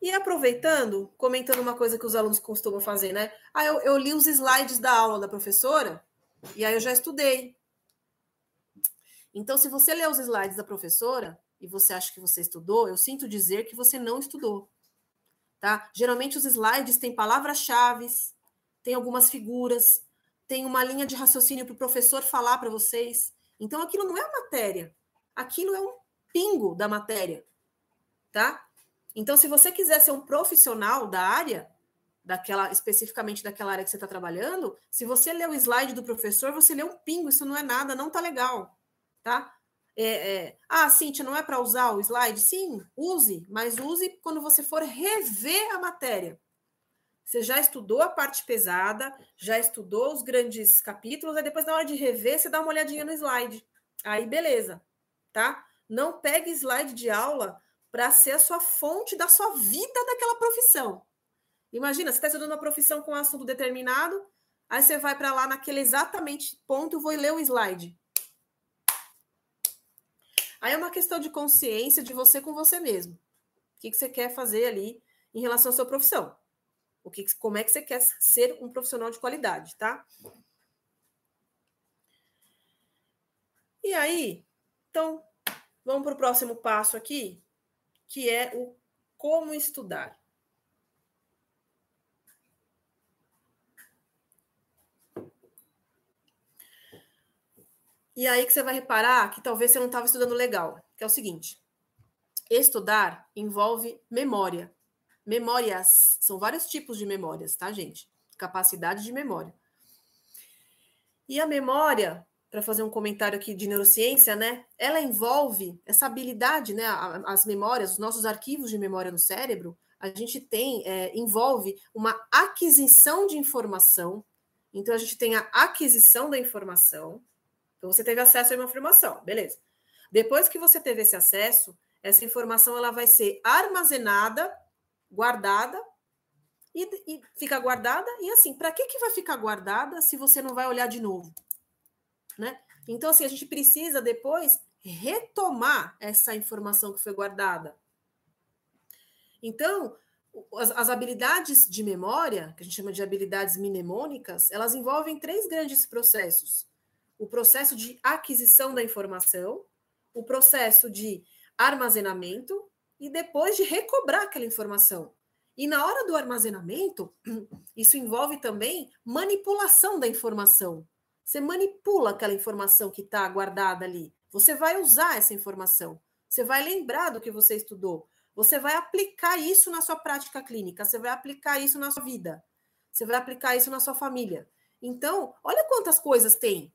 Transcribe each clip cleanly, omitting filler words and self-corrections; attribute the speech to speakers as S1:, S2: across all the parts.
S1: E aproveitando, comentando uma coisa que os alunos costumam fazer, né? Eu li os slides da aula da professora e aí eu já estudei. Então, se você lê os slides da professora e você acha que você estudou, eu sinto dizer que você não estudou, tá? Geralmente os slides têm palavras-chave, tem algumas figuras, tem uma linha de raciocínio para o professor falar para vocês. Então, aquilo não é a matéria. Aquilo é um pingo da matéria, tá? Então, se você quiser ser um profissional da área, especificamente daquela área que você está trabalhando, se você ler o slide do professor, você lê um pingo, isso não é nada, não tá legal, tá? Cíntia, não é para usar o slide? Sim, use, mas use quando você for rever a matéria. Você já estudou a parte pesada, já estudou os grandes capítulos, aí depois, na hora de rever, você dá uma olhadinha no slide. Aí, beleza, tá? Não pegue slide de aula para ser a sua fonte da sua vida daquela profissão. Imagina, você está estudando uma profissão com um assunto determinado, aí você vai para lá naquele exatamente ponto, eu vou ler o slide. Aí é uma questão de consciência de você com você mesmo. O que você quer fazer ali em relação à sua profissão? Como é que você quer ser um profissional de qualidade, tá? E aí, então, vamos para o próximo passo aqui, que é o como estudar. E aí que você vai reparar que talvez você não estava estudando legal, que é o seguinte: estudar envolve memória. Memórias, são vários tipos de memórias, tá, gente? Capacidade de memória. E a memória, para fazer um comentário aqui de neurociência, né? Ela envolve essa habilidade, né? As memórias, os nossos arquivos de memória no cérebro, a gente envolve uma aquisição de informação. Então, a gente tem a aquisição da informação. Então, você teve acesso a uma informação, beleza. Depois que você teve esse acesso, essa informação ela vai ser armazenada, guardada, e fica guardada. E assim, para que vai ficar guardada se você não vai olhar de novo? Né? Então, assim, a gente precisa depois retomar essa informação que foi guardada. Então, as habilidades de memória, que a gente chama de habilidades mnemônicas, elas envolvem 3 grandes processos. O processo de aquisição da informação, o processo de armazenamento e depois de recobrar aquela informação. E na hora do armazenamento, isso envolve também manipulação da informação. Você manipula aquela informação que está guardada ali. Você vai usar essa informação. Você vai lembrar do que você estudou. Você vai aplicar isso na sua prática clínica. Você vai aplicar isso na sua vida. Você vai aplicar isso na sua família. Então, olha quantas coisas tem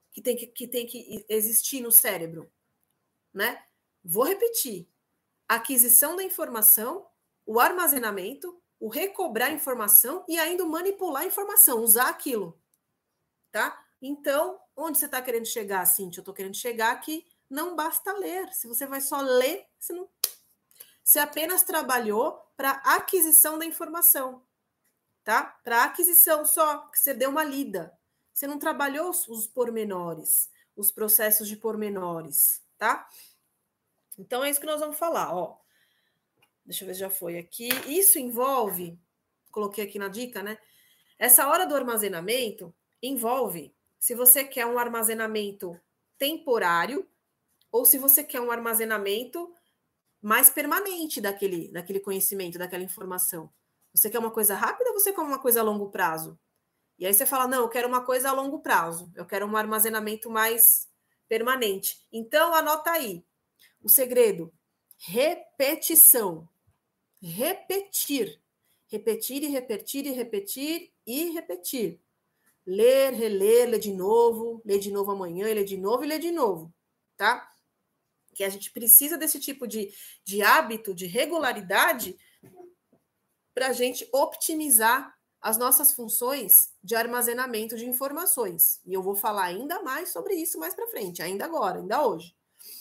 S1: que existir no cérebro, né? Vou repetir: aquisição da informação, o armazenamento, o recobrar a informação e ainda manipular a informação, usar aquilo, tá? Então, onde você está querendo chegar, Cíntia? Eu estou querendo chegar que não basta ler. Se você vai só ler, você apenas trabalhou para aquisição da informação, tá? Para aquisição só, que você deu uma lida. Você não trabalhou os pormenores, os processos de pormenores, tá? Então, é isso que nós vamos falar, ó. Deixa eu ver se já foi aqui. Isso envolve, coloquei aqui na dica, né? Essa hora do armazenamento envolve se você quer um armazenamento temporário ou se você quer um armazenamento mais permanente daquele conhecimento, daquela informação. Você quer uma coisa rápida ou você quer uma coisa a longo prazo? E aí você fala, não, eu quero uma coisa a longo prazo. Eu quero um armazenamento mais permanente. Então, anota aí. O segredo: repetição. Repetir. Repetir e repetir e repetir e repetir. Ler, reler, ler de novo amanhã, ler de novo e ler de novo, tá? Que a gente precisa desse tipo de hábito, de regularidade, para a gente optimizar as nossas funções de armazenamento de informações. E eu vou falar ainda mais sobre isso mais para frente, ainda agora, ainda hoje.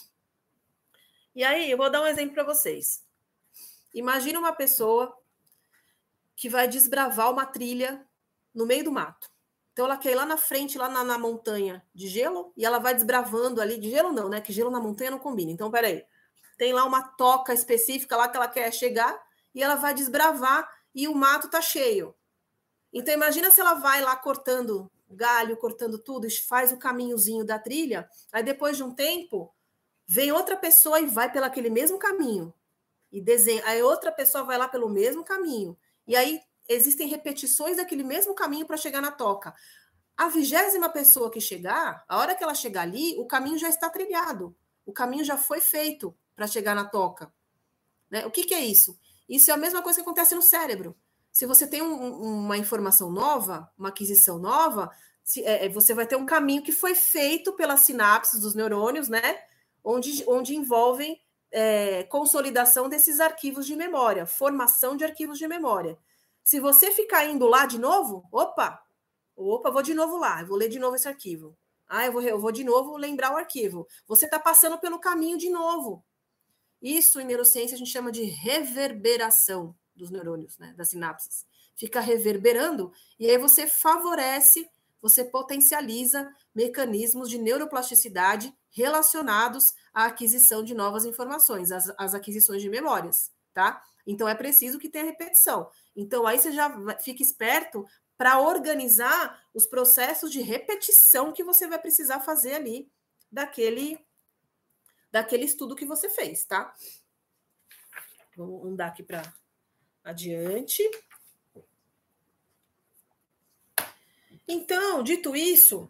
S1: E aí, eu vou dar um exemplo para vocês. Imagina uma pessoa que vai desbravar uma trilha no meio do mato. Então, ela quer ir lá na frente, lá na montanha de gelo, e ela vai desbravando ali, de gelo não, né? Que gelo na montanha não combina. Então, peraí. Tem lá uma toca específica lá que ela quer chegar, e ela vai desbravar e o mato tá cheio. Então, imagina se ela vai lá cortando galho, cortando tudo, e faz o caminhozinho da trilha, aí depois de um tempo, vem outra pessoa e vai pelo aquele mesmo caminho, e desenha, aí outra pessoa vai lá pelo mesmo caminho, e aí existem repetições daquele mesmo caminho para chegar na toca. A 20ª pessoa que chegar, a hora que ela chegar ali, o caminho já está trilhado, o caminho já foi feito para chegar na toca. Né? O que é isso? Isso é a mesma coisa que acontece no cérebro. Se você tem uma informação nova, uma aquisição nova, você vai ter um caminho que foi feito pelas sinapses dos neurônios, né? Onde envolvem consolidação desses arquivos de memória, formação de arquivos de memória. Se você ficar indo lá de novo, opa, vou de novo lá, vou ler de novo esse arquivo. Eu vou de novo lembrar o arquivo. Você está passando pelo caminho de novo. Isso, em neurociência, a gente chama de reverberação dos neurônios, né, das sinapses. Fica reverberando, e aí você favorece, você potencializa mecanismos de neuroplasticidade relacionados à aquisição de novas informações, as aquisições de memórias, tá? Então, é preciso que tenha repetição. Então, aí você já fica esperto para organizar os processos de repetição que você vai precisar fazer ali daquele estudo que você fez, tá? Vamos andar aqui para adiante. Então, dito isso,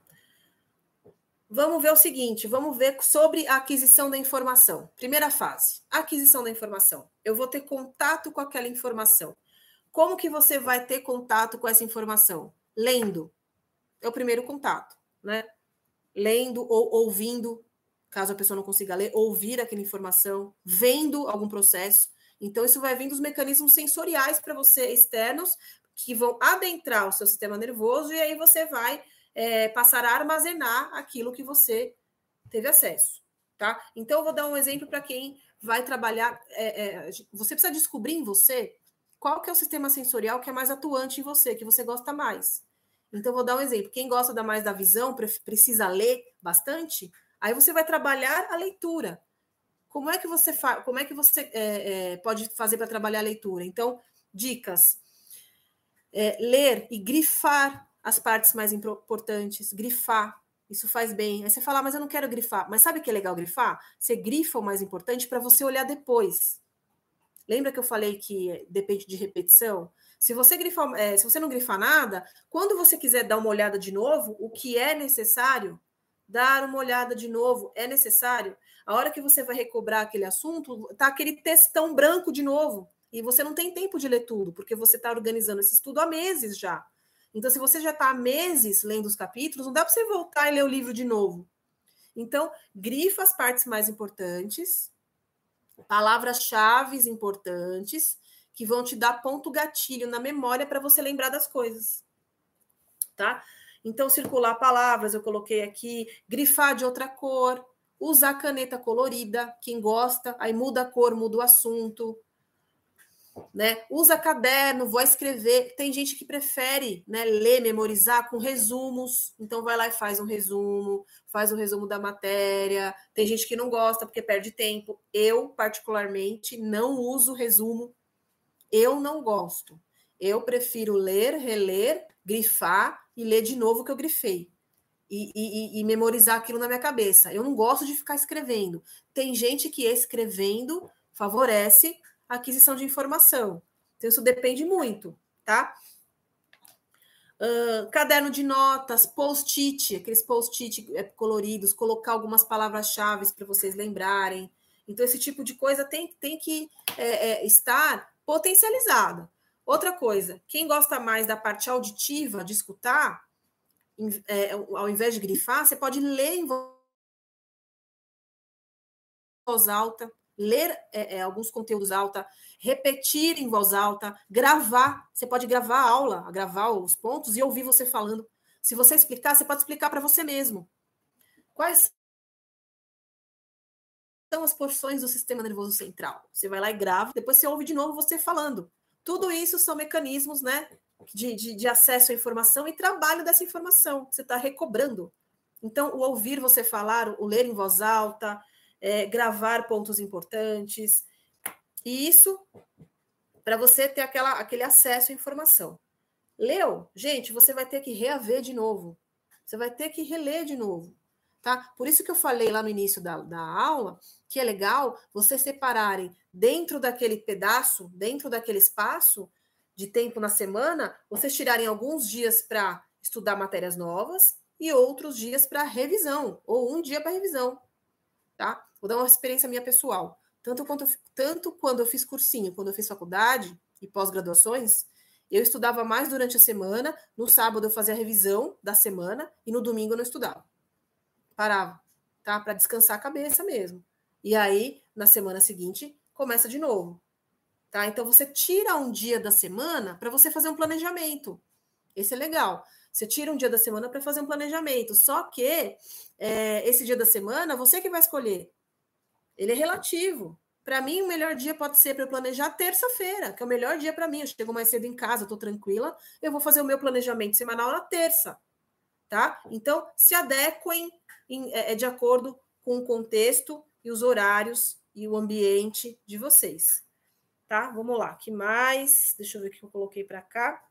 S1: vamos ver o seguinte, vamos ver sobre a aquisição da informação. Primeira fase, aquisição da informação. Eu vou ter contato com aquela informação. Como que você vai ter contato com essa informação? Lendo. É o primeiro contato, né? Lendo ou ouvindo, caso a pessoa não consiga ler, ouvir aquela informação, vendo algum processo. Então, isso vai vir dos mecanismos sensoriais para você, externos, que vão adentrar o seu sistema nervoso, e aí você vai passar a armazenar aquilo que você teve acesso, tá? Então, eu vou dar um exemplo para quem vai trabalhar. Você precisa descobrir em você qual que é o sistema sensorial que é mais atuante em você, que você gosta mais. Então, vou dar um exemplo. Quem gosta mais da visão, precisa ler bastante, aí você vai trabalhar a leitura. Como é que você pode fazer para trabalhar a leitura? Então, dicas. Ler e grifar as partes mais importantes, grifar, isso faz bem. Aí você fala, mas eu não quero grifar. Mas sabe o que é legal grifar? Você grifa o mais importante para você olhar depois. Lembra que eu falei que depende de repetição? Se você não grifar nada, quando você quiser dar uma olhada de novo, o que é necessário, dar uma olhada de novo é necessário. A hora que você vai recobrar aquele assunto, tá aquele textão branco de novo. E você não tem tempo de ler tudo, porque você está organizando esse estudo há meses já. Então, se você já está há meses lendo os capítulos, não dá para você voltar e ler o livro de novo. Então, grifa as partes mais importantes, palavras-chave importantes, que vão te dar ponto gatilho na memória para você lembrar das coisas. Tá? Então, circular palavras, eu coloquei aqui, grifar de outra cor, usar caneta colorida, quem gosta, aí muda a cor, muda o assunto, né? Usa caderno, vou escrever. Tem gente que prefere, né, ler, memorizar com resumos, então vai lá e faz um resumo da matéria. Tem gente que não gosta porque perde tempo. Eu, particularmente, não uso resumo. Eu não gosto. Eu prefiro ler, reler, grifar e ler de novo o que eu grifei. E memorizar aquilo na minha cabeça. Eu não gosto de ficar escrevendo. Tem gente que escrevendo favorece a aquisição de informação. Então, isso depende muito, tá? Caderno de notas, post-it, aqueles post-it coloridos, colocar algumas palavras-chave para vocês lembrarem. Então, esse tipo de coisa tem que estar potencializado. Outra coisa, quem gosta mais da parte auditiva, de escutar, ao invés de grifar, você pode ler em voz alta, ler alguns conteúdos alta, repetir em voz alta, gravar. Você pode gravar a aula, gravar os pontos e ouvir você falando. Se você explicar, você pode explicar para você mesmo. Quais são as porções do sistema nervoso central? Você vai lá e grava, depois você ouve de novo você falando. Tudo isso são mecanismos, né, de acesso à informação e trabalho dessa informação. Você está recobrando. Então, o ouvir você falar, o ler em voz alta, gravar pontos importantes. E isso para você ter aquele acesso à informação. Leu? Gente, você vai ter que reaver de novo. Você vai ter que reler de novo. Tá? Por isso que eu falei lá no início da aula que é legal vocês separarem dentro daquele pedaço, dentro daquele espaço de tempo na semana, vocês tirarem alguns dias para estudar matérias novas e outros dias para revisão, ou um dia para revisão. Tá? Vou dar uma experiência minha pessoal. Tanto quando eu fiz cursinho, quando eu fiz faculdade e pós-graduações, eu estudava mais durante a semana, no sábado eu fazia a revisão da semana e no domingo eu não estudava. Parava, tá? Para descansar a cabeça mesmo. E aí, na semana seguinte, começa de novo. Tá? Então, você tira um dia da semana para você fazer um planejamento. Esse é legal. Você tira um dia da semana para fazer um planejamento. Só que esse dia da semana, você que vai escolher. Ele é relativo. Para mim, o melhor dia pode ser para eu planejar terça-feira, que é o melhor dia para mim. Eu chego mais cedo em casa, estou tranquila. Eu vou fazer o meu planejamento semanal na terça. Tá? Então, se adequem de acordo com o contexto e os horários e o ambiente de vocês. Tá? Vamos lá. Que mais? Deixa eu ver o que eu coloquei para cá.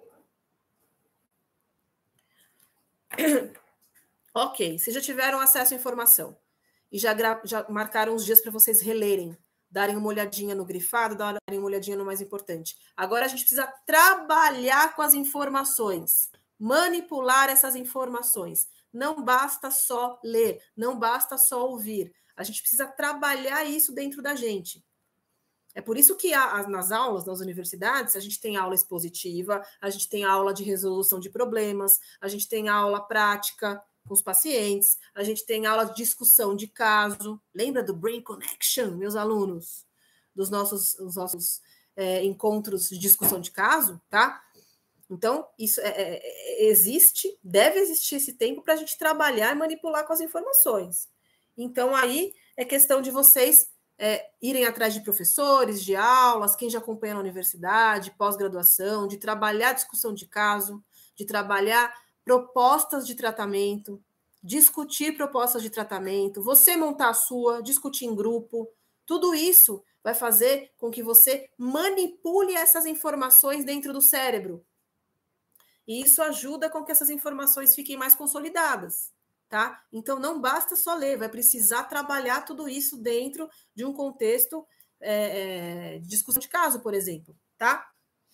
S1: Ok, vocês já tiveram acesso à informação e já marcaram os dias para vocês relerem, darem uma olhadinha no grifado, darem uma olhadinha no mais importante. Agora a gente precisa trabalhar com as informações, manipular essas informações. Não basta só ler, não basta só ouvir. A gente precisa trabalhar isso dentro da gente. É por isso que nas aulas, nas universidades, a gente tem aula expositiva, a gente tem aula de resolução de problemas, a gente tem aula prática com os pacientes, a gente tem aula de discussão de caso. Lembra do Brain Connection, meus alunos? Dos nossos encontros de discussão de caso, tá? Então, isso existe, deve existir esse tempo para a gente trabalhar e manipular com as informações. Então, aí é questão de vocês irem atrás de professores, de aulas, quem já acompanha na universidade, pós-graduação, de trabalhar discussão de caso, de trabalhar propostas de tratamento, discutir propostas de tratamento, você montar a sua, discutir em grupo, tudo isso vai fazer com que você manipule essas informações dentro do cérebro. E isso ajuda com que essas informações fiquem mais consolidadas. Tá? Então, não basta só ler, vai precisar trabalhar tudo isso dentro de um contexto de discussão de caso, por exemplo. Tá?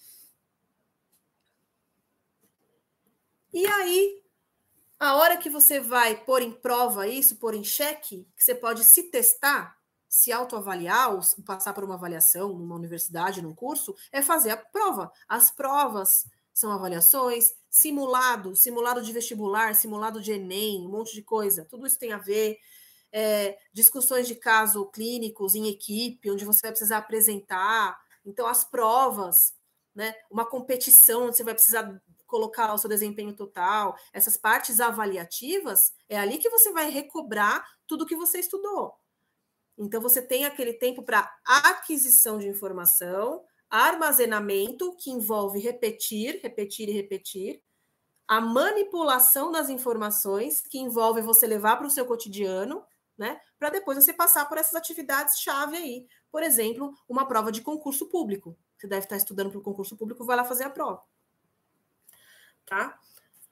S1: E aí, a hora que você vai pôr em prova isso, pôr em xeque, que você pode se testar, se autoavaliar, ou passar por uma avaliação numa universidade, num curso, é fazer a prova. As provas são avaliações, simulado de vestibular, simulado de Enem, um monte de coisa. Tudo isso tem a ver. Discussões de caso clínicos em equipe, onde você vai precisar apresentar. Então, as provas, né? Uma competição onde você vai precisar colocar o seu desempenho total. Essas partes avaliativas, é ali que você vai recobrar tudo que você estudou. Então, você tem aquele tempo para aquisição de informação, armazenamento, que envolve repetir, a manipulação das informações, que envolve você levar para o seu cotidiano, né? Para depois você passar por essas atividades-chave aí. Por exemplo, uma prova de concurso público. Você deve estar estudando para o concurso público, vai lá fazer a prova. Tá?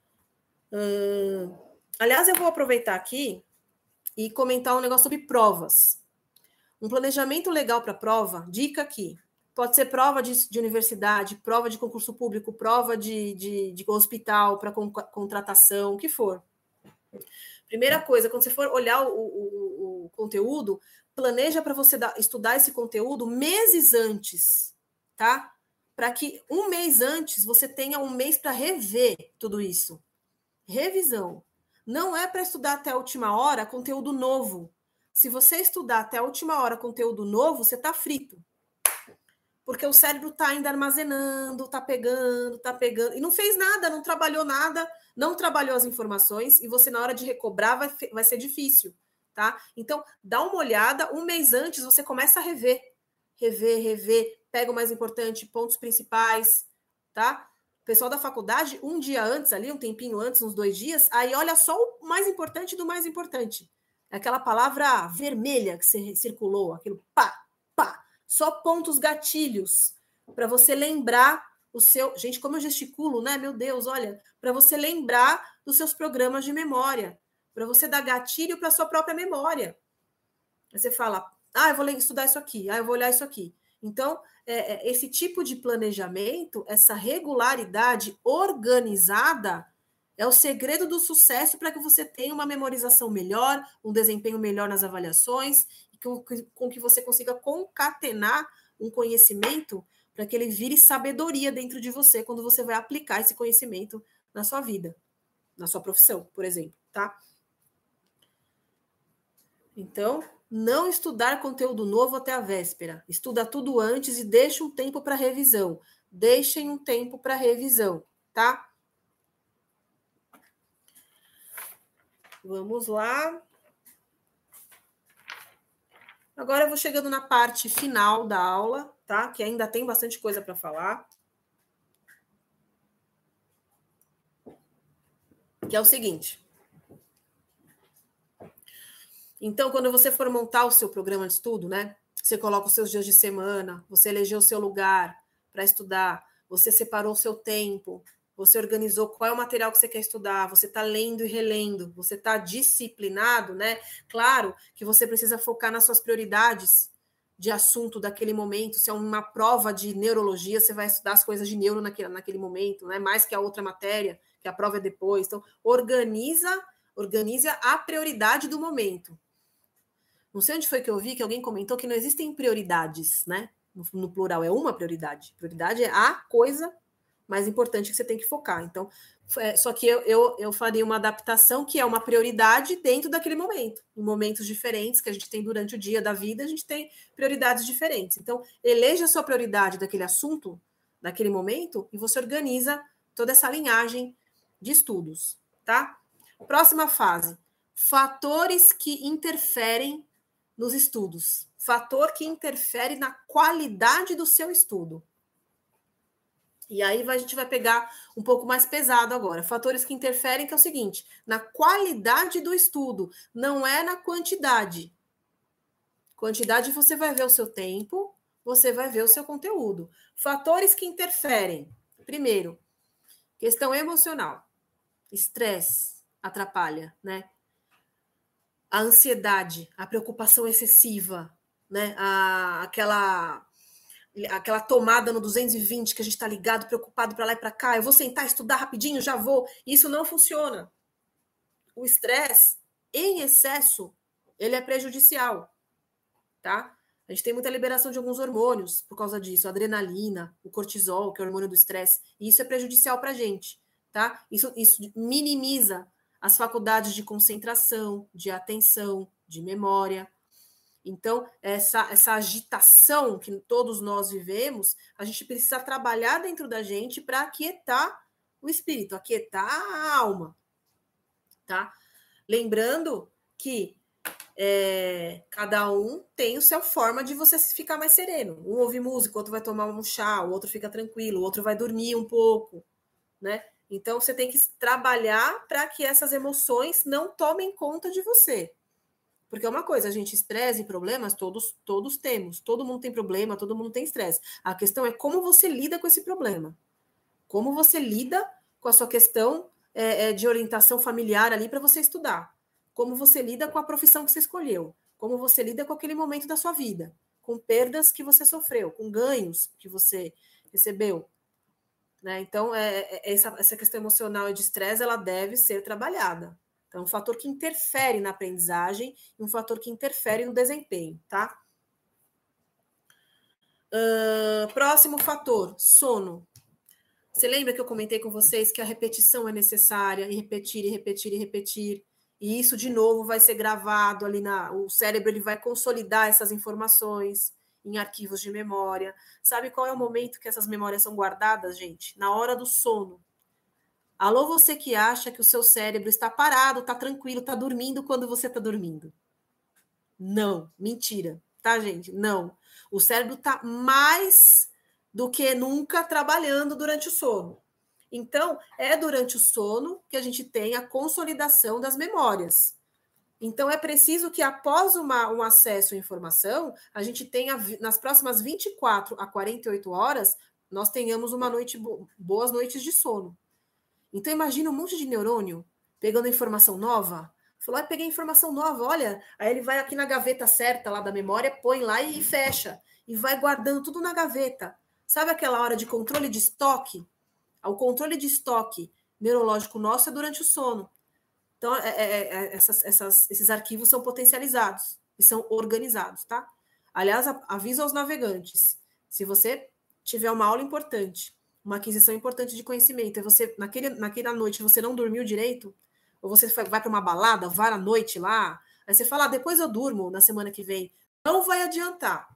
S1: Aliás, eu vou aproveitar aqui e comentar um negócio sobre provas. Um planejamento legal para prova, dica aqui. Pode ser prova de universidade, prova de concurso público, prova de hospital para contratação, o que for. Primeira coisa, quando você for olhar o conteúdo, planeja para você estudar esse conteúdo meses antes, tá? Para que um mês antes você tenha um mês para rever tudo isso. Revisão. Não é para estudar até a última hora conteúdo novo. Se você estudar até a última hora conteúdo novo, você está frito. Porque o cérebro está ainda armazenando, está pegando, e não fez nada, não trabalhou nada, não trabalhou as informações, e você, na hora de recobrar, vai ser difícil, tá? Então, dá uma olhada, um mês antes você começa a rever, pega o mais importante, pontos principais, tá? O pessoal da faculdade, um dia antes ali, um tempinho antes, uns 2 dias, aí olha só o mais importante do mais importante. Aquela palavra vermelha que circulou, aquilo pá, só pontos gatilhos. para você lembrar o seu... Gente, como eu gesticulo, né? Meu Deus, olha, para você lembrar dos seus programas de memória, para você dar gatilho para a sua própria memória. Aí você fala, eu vou estudar isso aqui, eu vou olhar isso aqui. Então, esse tipo de planejamento, essa regularidade organizada, é o segredo do sucesso para que você tenha uma memorização melhor, um desempenho melhor nas avaliações, e com que você consiga concatenar um conhecimento para que ele vire sabedoria dentro de você quando você vai aplicar esse conhecimento na sua vida, na sua profissão, por exemplo, tá? Então, não estudar conteúdo novo até a véspera. Estuda tudo antes e deixa um tempo para revisão. Deixem um tempo para revisão, tá? Vamos lá. Agora eu vou chegando na parte final da aula, tá? Que ainda tem bastante coisa para falar. Que é o seguinte. Então, quando você for montar o seu programa de estudo, né? Você coloca os seus dias de semana, você elegeu o seu lugar para estudar, você separou o seu tempo, você organizou qual é o material que você quer estudar, você está lendo e relendo, você está disciplinado, né? Claro que você precisa focar nas suas prioridades de assunto daquele momento. Se é uma prova de neurologia, você vai estudar as coisas de neuro naquele momento, né? Mais que a outra matéria, que a prova é depois. Então, organize a prioridade do momento. Não sei onde foi que eu vi que alguém comentou que não existem prioridades, né? No plural, é uma prioridade. Prioridade é a coisa mais importante que você tem que focar. Então, só que eu faria uma adaptação que é uma prioridade dentro daquele momento. Em momentos diferentes que a gente tem durante o dia da vida, a gente tem prioridades diferentes. Então, eleja a sua prioridade daquele assunto, daquele momento, e você organiza toda essa linhagem de estudos, tá? Próxima fase. Fatores que interferem nos estudos. Fator que interfere na qualidade do seu estudo. E aí a gente vai pegar um pouco mais pesado agora. Fatores que interferem, que é o seguinte, na qualidade do estudo, não é na quantidade. Quantidade você vai ver o seu tempo, você vai ver o seu conteúdo. Fatores que interferem. Primeiro, questão emocional. Estresse atrapalha, né? A ansiedade, a preocupação excessiva, né? Aquela tomada no 220 que a gente está ligado, preocupado para lá e para cá. Eu vou sentar, estudar rapidinho, já vou. Isso não funciona. O estresse em excesso, ele é prejudicial, tá? A gente tem muita liberação de alguns hormônios por causa disso, a adrenalina, o cortisol, que é o hormônio do estresse, e isso é prejudicial para a gente, tá? Isso minimiza as faculdades de concentração, de atenção, de memória. Então, essa agitação que todos nós vivemos, a gente precisa trabalhar dentro da gente para aquietar o espírito, aquietar a alma, tá? Lembrando que cada um tem a sua forma de você ficar mais sereno. Um ouve música, outro vai tomar um chá, o outro fica tranquilo, o outro vai dormir um pouco, né? Então, você tem que trabalhar para que essas emoções não tomem conta de você. Porque é uma coisa, a gente, estresse e problemas, todos temos. Todo mundo tem problema, todo mundo tem estresse. A questão é como você lida com esse problema. Como você lida com a sua questão de orientação familiar ali para você estudar. Como você lida com a profissão que você escolheu. Como você lida com aquele momento da sua vida. Com perdas que você sofreu, com ganhos que você recebeu. Né? Então, essa questão emocional e de estresse, ela deve ser trabalhada. Então, um fator que interfere na aprendizagem e um fator que interfere no desempenho, tá? Próximo fator, sono. Você lembra que eu comentei com vocês que a repetição é necessária, e repetir, e repetir, e repetir. E isso, de novo, vai ser gravado ali o cérebro, ele vai consolidar essas informações em arquivos de memória. Sabe qual é o momento que essas memórias são guardadas, gente? Na hora do sono. Alô, você que acha que o seu cérebro está parado, está tranquilo, está dormindo quando você está dormindo. Não, mentira, tá, gente? Não. O cérebro está mais do que nunca trabalhando durante o sono. Então, é durante o sono que a gente tem a consolidação das memórias. Então, é preciso que, após um acesso à informação, a gente tenha, nas próximas 24 a 48 horas, nós tenhamos boas noites de sono. Então, imagina um monte de neurônio pegando informação nova. Falou, peguei informação nova, olha. Aí ele vai aqui na gaveta certa lá da memória, põe lá e fecha. E vai guardando tudo na gaveta. Sabe aquela hora de controle de estoque? O controle de estoque neurológico nosso é durante o sono. Então, esses arquivos são potencializados e são organizados, tá? Aliás, aviso aos navegantes. Se você tiver uma aula importante, uma aquisição importante de conhecimento, e você, naquela noite, você não dormiu direito, ou você vai para uma balada, vai à noite lá, aí você fala, depois eu durmo na semana que vem. Não vai adiantar.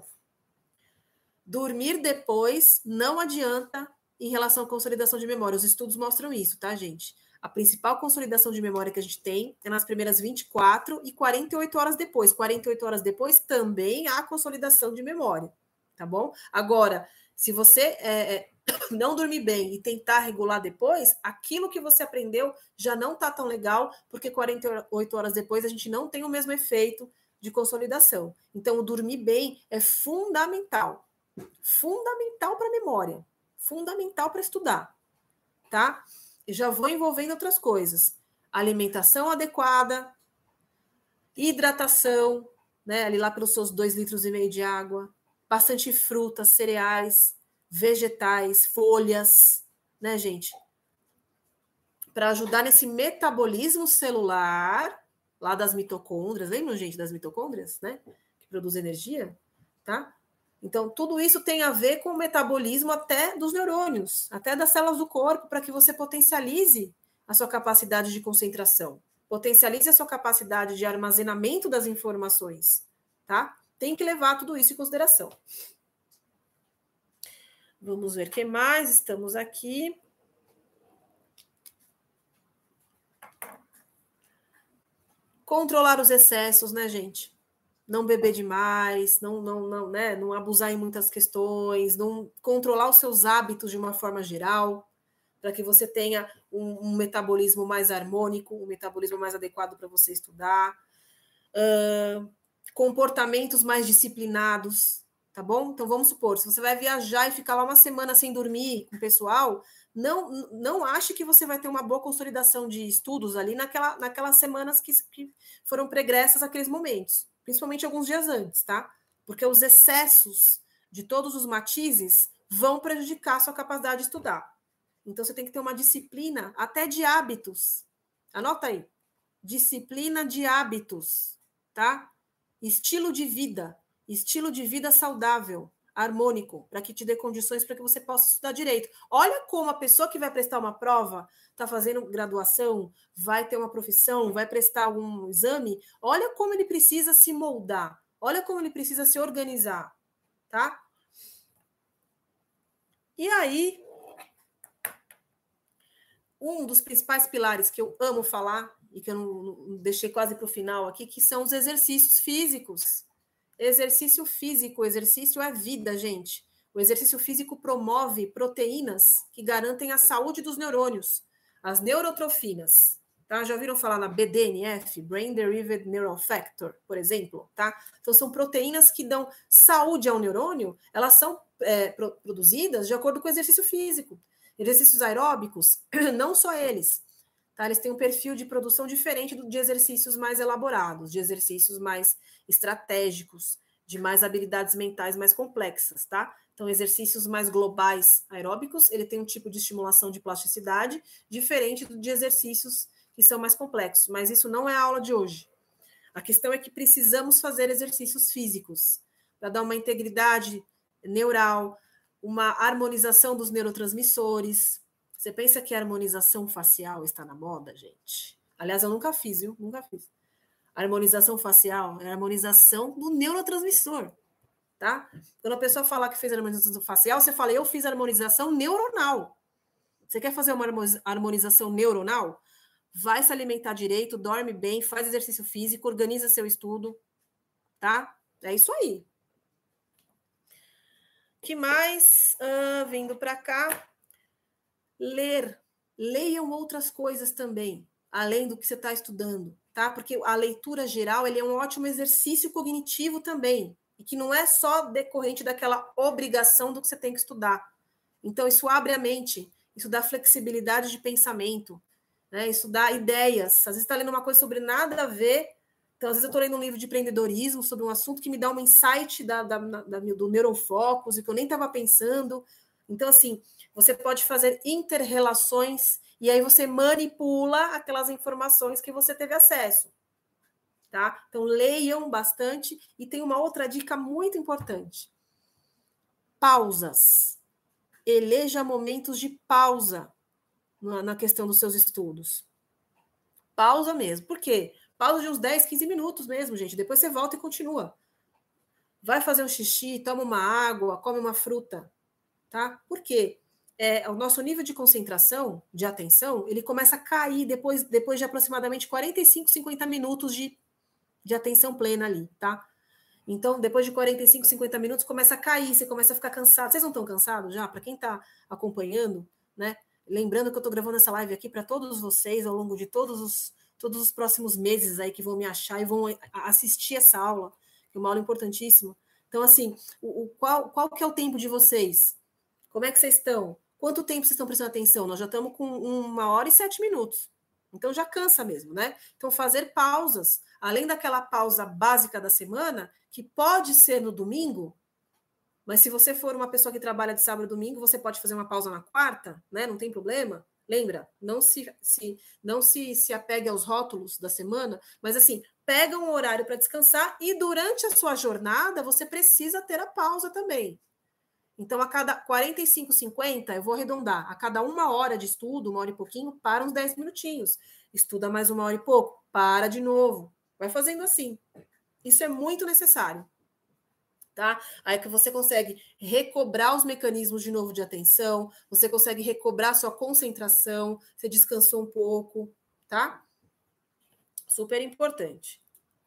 S1: Dormir depois não adianta em relação à consolidação de memória. Os estudos mostram isso, tá, gente? A principal consolidação de memória que a gente tem é nas primeiras 24 e 48 horas depois. 48 horas depois também há consolidação de memória, tá bom? Agora, se você não dormir bem e tentar regular depois, aquilo que você aprendeu já não tá tão legal, porque 48 horas depois a gente não tem o mesmo efeito de consolidação. Então, o dormir bem é fundamental. Fundamental para a memória. Fundamental para estudar, tá? E já vou envolvendo outras coisas. Alimentação adequada, hidratação, né? Ali lá pelos seus 2,5 litros de água, bastante frutas, cereais, vegetais, folhas, né, gente? Para ajudar nesse metabolismo celular, lá das mitocôndrias, lembram, gente, das mitocôndrias, né? Que produz energia, tá? Então, tudo isso tem a ver com o metabolismo até dos neurônios, até das células do corpo, para que você potencialize a sua capacidade de concentração, potencialize a sua capacidade de armazenamento das informações, tá? Tem que levar tudo isso em consideração. Vamos ver o que mais. Estamos aqui. Controlar os excessos, né, gente? Não beber demais, não abusar em muitas questões, não controlar os seus hábitos de uma forma geral, para que você tenha um metabolismo mais harmônico, um metabolismo mais adequado para você estudar. Comportamentos mais disciplinados, tá bom? Então, vamos supor, se você vai viajar e ficar lá uma semana sem dormir com o pessoal, não ache que você vai ter uma boa consolidação de estudos ali naquelas semanas que foram pregressas àqueles momentos, principalmente alguns dias antes, tá? Porque os excessos de todos os matizes vão prejudicar a sua capacidade de estudar. Então, você tem que ter uma disciplina até de hábitos. Anota aí. Disciplina de hábitos, tá? Estilo de vida saudável, harmônico, para que te dê condições para que você possa estudar direito. Olha como a pessoa que vai prestar uma prova, está fazendo graduação, vai ter uma profissão, vai prestar algum exame, olha como ele precisa se moldar, olha como ele precisa se organizar, tá? E aí, um dos principais pilares que eu amo falar, e que eu não deixei quase para o final aqui, que são os exercícios físicos. Exercício físico, exercício é vida, gente. O exercício físico promove proteínas que garantem a saúde dos neurônios, as neurotrofinas. Tá? Já ouviram falar na BDNF, Brain Derived Neural Factor, por exemplo? Tá? Então, são proteínas que dão saúde ao neurônio, elas são produzidas de acordo com o exercício físico. Exercícios aeróbicos, não só eles. Tá? Eles têm um perfil de produção diferente de exercícios mais elaborados, de exercícios mais estratégicos, de mais habilidades mentais mais complexas, tá? Então, exercícios mais globais aeróbicos, ele tem um tipo de estimulação de plasticidade diferente de exercícios que são mais complexos, mas isso não é a aula de hoje. A questão é que precisamos fazer exercícios físicos para dar uma integridade neural, uma harmonização dos neurotransmissores. Você pensa que a harmonização facial está na moda, gente? Aliás, eu nunca fiz, viu? Nunca fiz. A harmonização facial é a harmonização do neurotransmissor, tá? Quando a pessoa fala que fez harmonização facial, você fala, eu fiz harmonização neuronal. Você quer fazer uma harmonização neuronal? Vai se alimentar direito, dorme bem, faz exercício físico, organiza seu estudo, tá? É isso aí. Que mais? Vindo para cá. Ler. Leiam outras coisas também, além do que você está estudando, tá? Porque a leitura geral ele é um ótimo exercício cognitivo também, e que não é só decorrente daquela obrigação do que você tem que estudar. Então, isso abre a mente, isso dá flexibilidade de pensamento, né? Isso dá ideias. Às vezes está lendo uma coisa sobre nada a ver, então, às vezes eu estou lendo um livro de empreendedorismo sobre um assunto que me dá um insight do neurofocus, e que eu nem estava pensando. Então, assim, você pode fazer inter-relações e aí você manipula aquelas informações que você teve acesso. Tá? Então, leiam bastante. E tem uma outra dica muito importante. Pausas. Eleja momentos de pausa na questão dos seus estudos. Pausa mesmo. Por quê? Pausa de uns 10, 15 minutos mesmo, gente. Depois você volta e continua. Vai fazer um xixi, toma uma água, come uma fruta. Tá? Por quê? O nosso nível de concentração, de atenção, ele começa a cair depois de aproximadamente 45, 50 minutos de atenção plena ali, tá? Então, depois de 45, 50 minutos, começa a cair, você começa a ficar cansado. Vocês não estão cansados já? Para quem está acompanhando, né? Lembrando que eu estou gravando essa live aqui para todos vocês ao longo de todos os próximos meses aí que vão me achar e vão assistir essa aula, que é uma aula importantíssima. Então, assim, qual que é o tempo de vocês? Como é que vocês estão? Quanto tempo vocês estão prestando atenção? Nós já estamos com 1h e 7 minutos. Então já cansa mesmo, né? Então fazer pausas, além daquela pausa básica da semana, que pode ser no domingo, mas se você for uma pessoa que trabalha de sábado e domingo, você pode fazer uma pausa na quarta, né? Não tem problema. Lembra, não se apegue aos rótulos da semana, mas assim, pega um horário para descansar e durante a sua jornada você precisa ter a pausa também. Então, a cada 45, 50, eu vou arredondar, a cada 1 hora de estudo, 1 hora e pouquinho, para uns 10 minutinhos. Estuda mais 1 hora e pouco, para de novo. Vai fazendo assim. Isso é muito necessário. Tá? Aí que você consegue recobrar os mecanismos de novo de atenção, você consegue recobrar sua concentração, você descansou um pouco, tá? Super importante.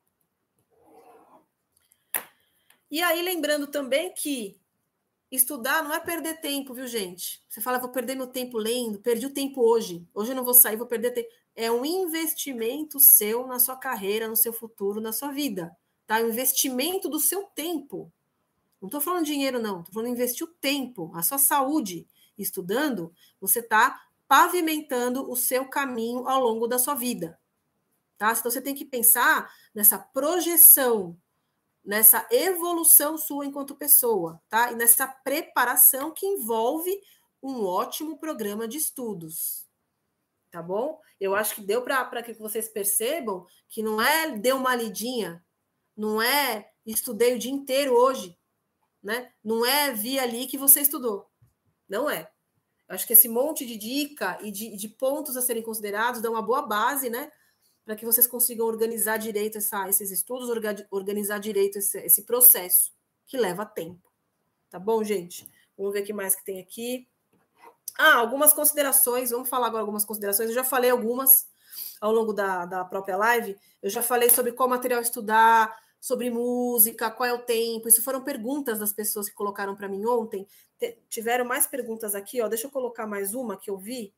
S1: E aí, lembrando também que estudar não é perder tempo, viu, gente? Você fala, vou perder meu tempo lendo, perdi o tempo hoje. Hoje eu não vou sair, vou perder tempo. É um investimento seu na sua carreira, no seu futuro, na sua vida. Tá? É um investimento do seu tempo. Não estou falando dinheiro, não. Estou falando investir o tempo, a sua saúde. Estudando, você está pavimentando o seu caminho ao longo da sua vida. Tá? Então, você tem que pensar nessa projeção, nessa evolução sua enquanto pessoa, tá? E nessa preparação que envolve um ótimo programa de estudos, tá bom? Eu acho que deu para que vocês percebam que não é deu uma lidinha, não é estudei o dia inteiro hoje, né? Não é vi ali que você estudou, não é. Eu acho que esse monte de dica e de pontos a serem considerados dá uma boa base, né? Para que vocês consigam organizar direito esses estudos, organizar direito esse processo, que leva tempo. Tá bom, gente? Vamos ver o que mais que tem aqui. Algumas considerações. Vamos falar agora algumas considerações. Eu já falei algumas ao longo da própria live. Eu já falei sobre qual material estudar, sobre música, qual é o tempo. Isso foram perguntas das pessoas que colocaram para mim ontem. Tiveram mais perguntas aqui, ó. Deixa eu colocar mais uma que eu vi,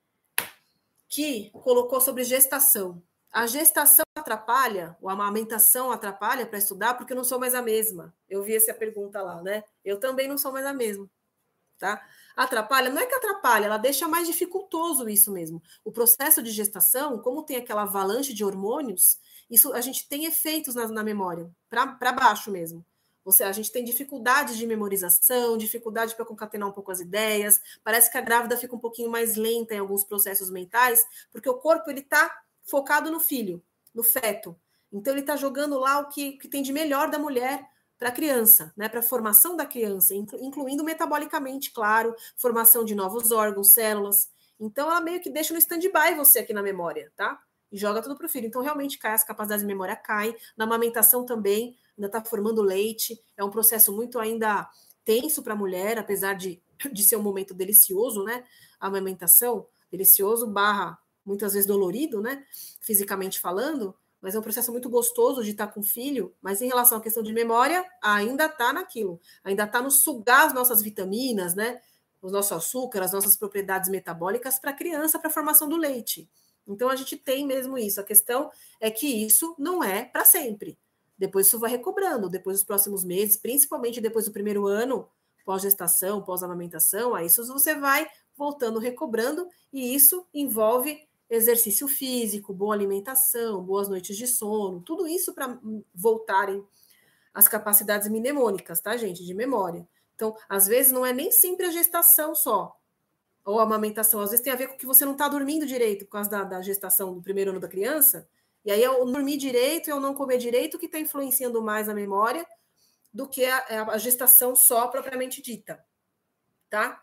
S1: que colocou sobre gestação. A gestação atrapalha, ou a amamentação atrapalha para estudar, porque eu não sou mais a mesma. Eu vi essa pergunta lá, né? Eu também não sou mais a mesma, tá? Atrapalha? Não é que atrapalha, ela deixa mais dificultoso isso mesmo. O processo de gestação, como tem aquela avalanche de hormônios, isso a gente tem efeitos na memória, para baixo mesmo. A gente tem dificuldade de memorização, dificuldade para concatenar um pouco as ideias, parece que a grávida fica um pouquinho mais lenta em alguns processos mentais, porque o corpo ele está focado no filho, no feto. Então, ele está jogando lá o que tem de melhor da mulher para a criança, né? Para a formação da criança, incluindo metabolicamente, claro, formação de novos órgãos, células. Então, ela meio que deixa no stand-by você aqui na memória, tá? E joga tudo para o filho. Então, realmente, as capacidades de memória caem. Na amamentação também, ainda está formando leite. É um processo muito ainda tenso para a mulher, apesar de ser um momento delicioso, né? A amamentação, delicioso / muitas vezes dolorido, né? Fisicamente falando, mas é um processo muito gostoso de estar com o filho, mas em relação à questão de memória, ainda está naquilo, ainda está no sugar as nossas vitaminas, né? O nosso açúcar, as nossas propriedades metabólicas para a criança, para a formação do leite. Então, a gente tem mesmo isso. A questão é que isso não é para sempre. Depois isso vai recobrando, depois dos próximos meses, principalmente depois do primeiro ano, pós-gestação, pós-amamentação, aí isso você vai voltando, recobrando, e isso envolve exercício físico, boa alimentação, boas noites de sono, tudo isso para voltarem as capacidades mnemônicas, tá, gente, de memória. Então, às vezes, não é nem sempre a gestação só, ou a amamentação, às vezes tem a ver com que você não está dormindo direito por causa da gestação do primeiro ano da criança, e aí é o dormir direito e o não comer direito que está influenciando mais a memória do que a gestação só propriamente dita, tá?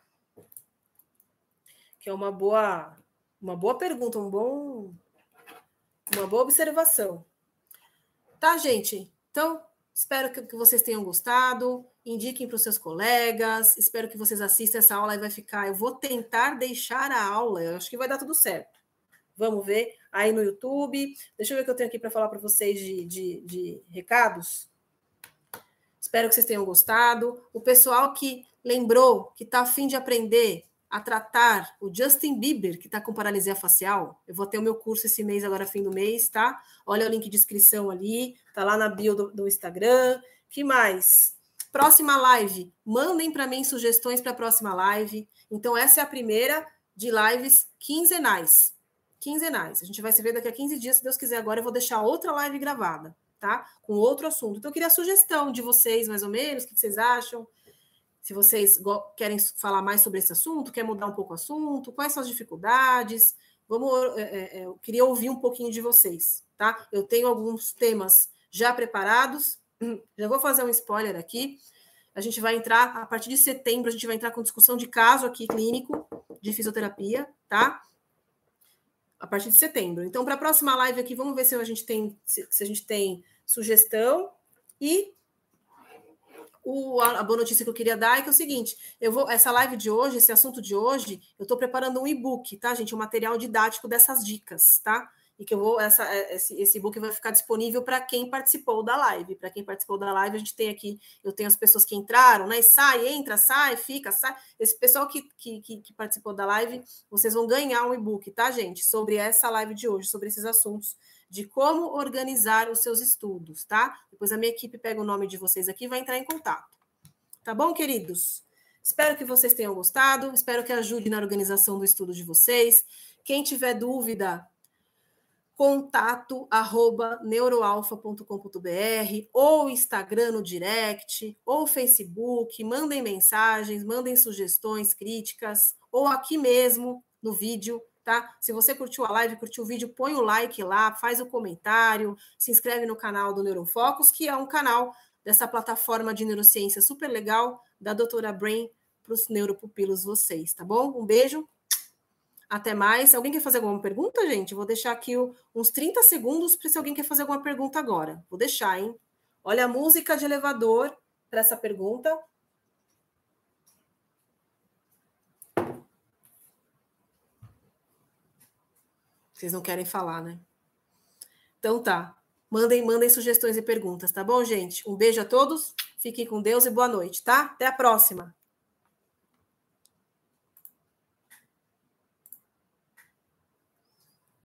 S1: Que é uma boa pergunta, uma boa observação. Tá, gente? Então, espero que vocês tenham gostado, indiquem para os seus colegas, espero que vocês assistam essa aula e vai ficar. Eu vou tentar deixar a aula, eu acho que vai dar tudo certo. Vamos ver aí no YouTube. Deixa eu ver o que eu tenho aqui para falar para vocês de recados. Espero que vocês tenham gostado. O pessoal que lembrou, que está a fim de aprender a tratar o Justin Bieber, que está com paralisia facial, eu vou ter o meu curso esse mês, agora fim do mês, tá? Olha o link de inscrição ali, tá lá na bio do Instagram. Que mais? Próxima live. Mandem para mim sugestões para a próxima live. Então, essa é a primeira de lives quinzenais. A gente vai se ver daqui a 15 dias, se Deus quiser. Agora eu vou deixar outra live gravada, tá? Com outro assunto. Então, eu queria a sugestão de vocês, mais ou menos, o que vocês acham? Se vocês querem falar mais sobre esse assunto, quer mudar um pouco o assunto, quais são as dificuldades? Eu queria ouvir um pouquinho de vocês, tá? Eu tenho alguns temas já preparados, já vou fazer um spoiler aqui. A gente vai entrar, a partir de setembro, a gente vai entrar com discussão de caso aqui clínico de fisioterapia, tá? A partir de setembro. Então, para a próxima live aqui, vamos ver se a gente tem sugestão. E a boa notícia que eu queria dar é que é o seguinte: essa live de hoje, esse assunto de hoje, eu estou preparando um e-book, tá, gente? Um material didático dessas dicas, tá? E que esse e-book vai ficar disponível para quem participou da live. Para quem participou da live, a gente tem aqui, eu tenho as pessoas que entraram, né? Entra, sai, fica, sai. Esse pessoal que participou da live, vocês vão ganhar um e-book, tá, gente? Sobre essa live de hoje, sobre esses assuntos de como organizar os seus estudos, tá? Depois a minha equipe pega o nome de vocês aqui e vai entrar em contato. Tá bom, queridos? Espero que vocês tenham gostado, espero que ajude na organização do estudo de vocês. Quem tiver dúvida, contato@neuroalfa.com.br, ou Instagram no direct, ou Facebook, mandem mensagens, mandem sugestões, críticas, ou aqui mesmo no vídeo, tá? Se você curtiu a live, curtiu o vídeo, põe o like lá, faz o comentário, se inscreve no canal do Neurofocus, que é um canal dessa plataforma de neurociência super legal da doutora Brain para os neuropupilos vocês, tá bom? Um beijo. Até mais. Alguém quer fazer alguma pergunta, gente? Vou deixar aqui uns 30 segundos para se alguém quer fazer alguma pergunta agora. Vou deixar, hein? Olha a música de elevador para essa pergunta. Vocês não querem falar, né? Então tá. Mandem sugestões e perguntas, tá bom, gente? Um beijo a todos. Fiquem com Deus e boa noite, tá? Até a próxima.